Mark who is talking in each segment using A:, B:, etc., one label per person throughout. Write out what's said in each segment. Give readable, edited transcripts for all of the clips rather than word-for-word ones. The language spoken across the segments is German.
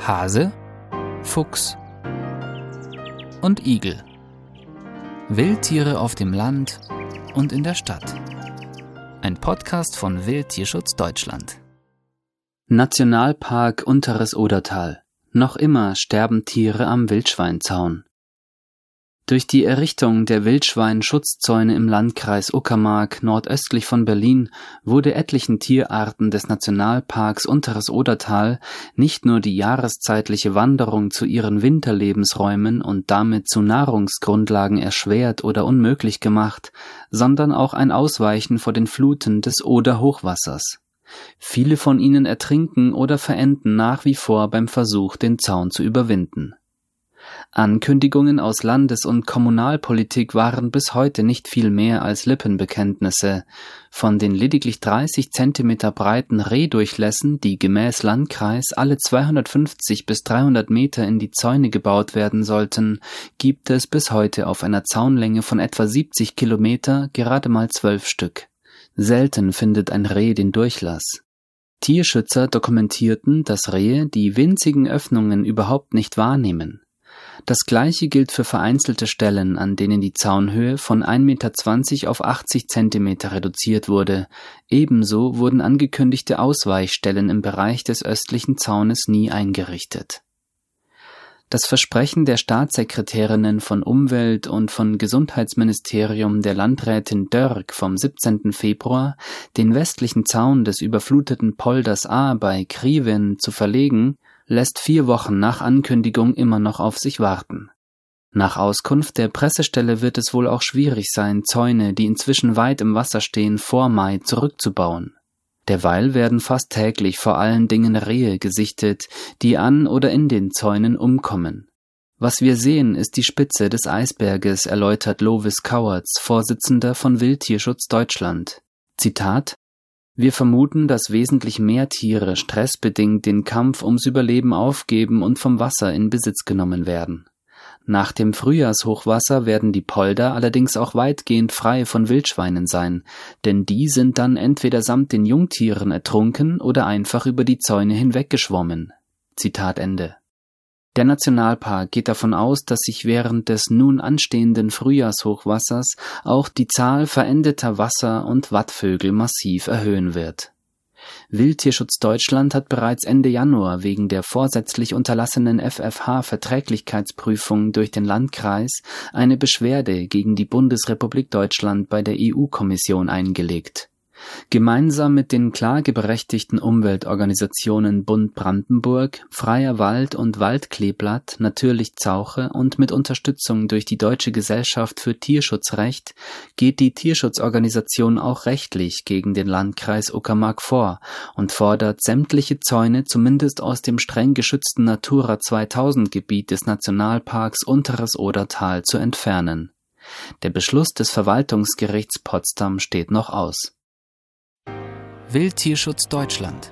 A: Hase, Fuchs und Igel. Wildtiere auf dem Land und in der Stadt. Ein Podcast von Wildtierschutz Deutschland. Nationalpark Unteres Odertal. Noch immer sterben Tiere am Wildschweinzaun. Durch die Errichtung der Wildschwein-Schutzzäune im Landkreis Uckermark nordöstlich von Berlin wurde etlichen Tierarten des Nationalparks Unteres Odertal nicht nur die jahreszeitliche Wanderung zu ihren Winterlebensräumen und damit zu Nahrungsgrundlagen erschwert oder unmöglich gemacht, sondern auch ein Ausweichen vor den Fluten des Oder-Hochwassers. Viele von ihnen ertrinken oder verenden nach wie vor beim Versuch, den Zaun zu überwinden. Ankündigungen aus Landes- und Kommunalpolitik waren bis heute nicht viel mehr als Lippenbekenntnisse. Von den lediglich 30 Zentimeter breiten Rehdurchlässen, die gemäß Landkreis alle 250 bis 300 Meter in die Zäune gebaut werden sollten, gibt es bis heute auf einer Zaunlänge von etwa 70 Kilometer gerade mal 12 Stück. Selten findet ein Reh den Durchlass. Tierschützer dokumentierten, dass Rehe die winzigen Öffnungen überhaupt nicht wahrnehmen. Das Gleiche gilt für vereinzelte Stellen, an denen die Zaunhöhe von 1,20 Meter auf 80 Zentimeter reduziert wurde. Ebenso wurden angekündigte Ausweichstellen im Bereich des östlichen Zaunes nie eingerichtet. Das Versprechen der Staatssekretärinnen von Umwelt und von Gesundheitsministerium der Landrätin Dörk vom 17. Februar, den westlichen Zaun des überfluteten Polders A bei Kriven zu verlegen, lässt 4 Wochen nach Ankündigung immer noch auf sich warten. Nach Auskunft der Pressestelle wird es wohl auch schwierig sein, Zäune, die inzwischen weit im Wasser stehen, vor Mai zurückzubauen. Derweil werden fast täglich vor allen Dingen Rehe gesichtet, die an oder in den Zäunen umkommen. Was wir sehen, ist die Spitze des Eisberges, erläutert Lovis Kauertz, Vorsitzender von Wildtierschutz Deutschland. Zitat: Wir vermuten, dass wesentlich mehr Tiere stressbedingt den Kampf ums Überleben aufgeben und vom Wasser in Besitz genommen werden. Nach dem Frühjahrshochwasser werden die Polder allerdings auch weitgehend frei von Wildschweinen sein, denn die sind dann entweder samt den Jungtieren ertrunken oder einfach über die Zäune hinweggeschwommen. Zitat Ende. Der Nationalpark geht davon aus, dass sich während des nun anstehenden Frühjahrshochwassers auch die Zahl verendeter Wasser- und Wattvögel massiv erhöhen wird. Wildtierschutz Deutschland hat bereits Ende Januar wegen der vorsätzlich unterlassenen FFH-Verträglichkeitsprüfung durch den Landkreis eine Beschwerde gegen die Bundesrepublik Deutschland bei der EU-Kommission eingelegt. Gemeinsam mit den klageberechtigten Umweltorganisationen Bund Brandenburg, Freier Wald und Waldkleeblatt, Natürlich Zauche und mit Unterstützung durch die Deutsche Gesellschaft für Tierschutzrecht geht die Tierschutzorganisation auch rechtlich gegen den Landkreis Uckermark vor und fordert, sämtliche Zäune zumindest aus dem streng geschützten Natura 2000 Gebiet des Nationalparks Unteres Odertal zu entfernen. Der Beschluss des Verwaltungsgerichts Potsdam steht noch aus. Wildtierschutz Deutschland.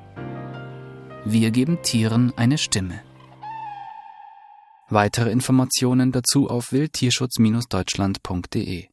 A: Wir geben Tieren eine Stimme. Weitere Informationen dazu auf wildtierschutz-deutschland.de